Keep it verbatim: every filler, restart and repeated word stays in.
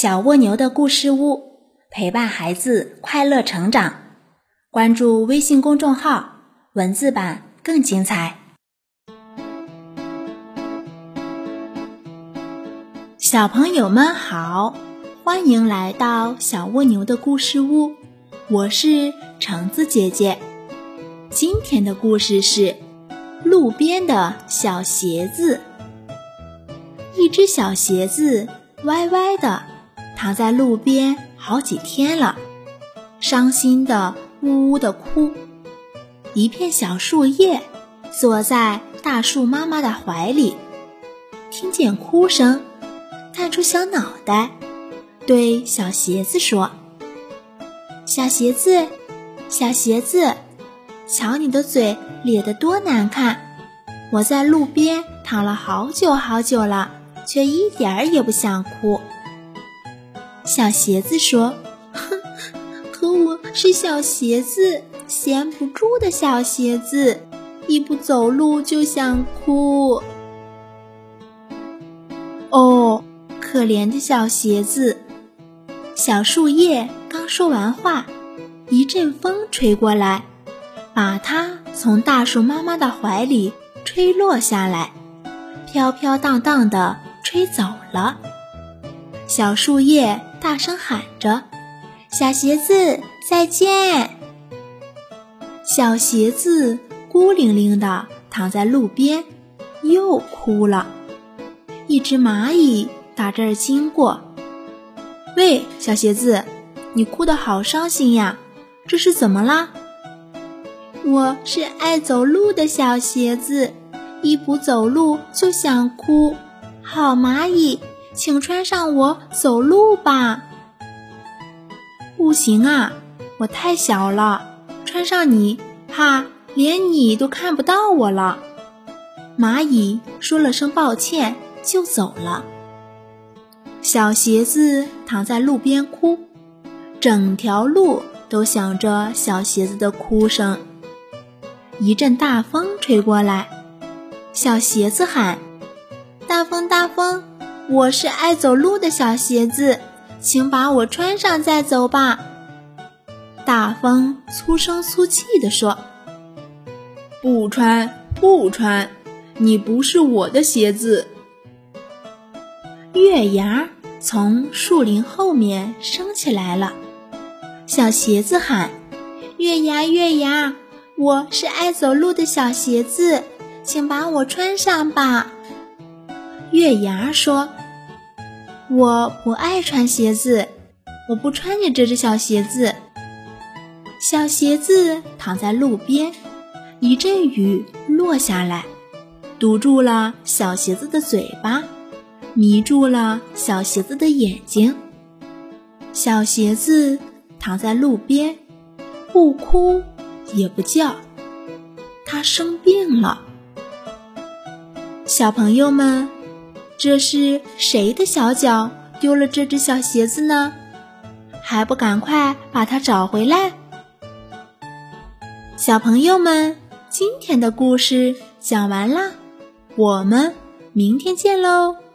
小蜗牛的故事屋，陪伴孩子快乐成长。关注微信公众号，文字版更精彩。小朋友们好，欢迎来到小蜗牛的故事屋，我是橙子姐姐。今天的故事是路边的小鞋子。一只小鞋子歪歪的躺在路边好几天了，伤心的呜呜的哭。一片小树叶坐在大树妈妈的怀里，听见哭声，探出小脑袋，对小鞋子说：小鞋子，小鞋子，瞧你的嘴咧得多难看，我在路边躺了好久好久了，却一点儿也不想哭。小鞋子说：哼，可我是小鞋子，闲不住的小鞋子，一不走路就想哭。哦，可怜的小鞋子。小树叶刚说完话，一阵风吹过来，把它从大树妈妈的怀里吹落下来，飘飘荡荡地吹走了。小树叶大声喊着：小鞋子再见。小鞋子孤零零地躺在路边，又哭了。一只蚂蚁打这儿经过，喂，小鞋子，你哭得好伤心呀，这是怎么啦？我是爱走路的小鞋子，一不走路就想哭。好蚂蚁，请穿上我走路吧。不行啊，我太小了，穿上你，怕连你都看不到我了。蚂蚁说了声抱歉，就走了。小鞋子躺在路边哭，整条路都响着小鞋子的哭声。一阵大风吹过来，小鞋子喊：大风大风，我是爱走路的小鞋子，请把我穿上再走吧。大风粗声粗气地说：不穿不穿，你不是我的鞋子。月牙从树林后面升起来了，小鞋子喊：月牙月牙，我是爱走路的小鞋子，请把我穿上吧。月牙说：我不爱穿鞋子，我不穿你这只小鞋子。小鞋子躺在路边，一阵雨落下来，堵住了小鞋子的嘴巴，迷住了小鞋子的眼睛。小鞋子躺在路边，不哭也不叫，它生病了。小朋友们，这是谁的小脚丢了这只小鞋子呢？还不赶快把它找回来！小朋友们，今天的故事讲完啦，我们明天见喽！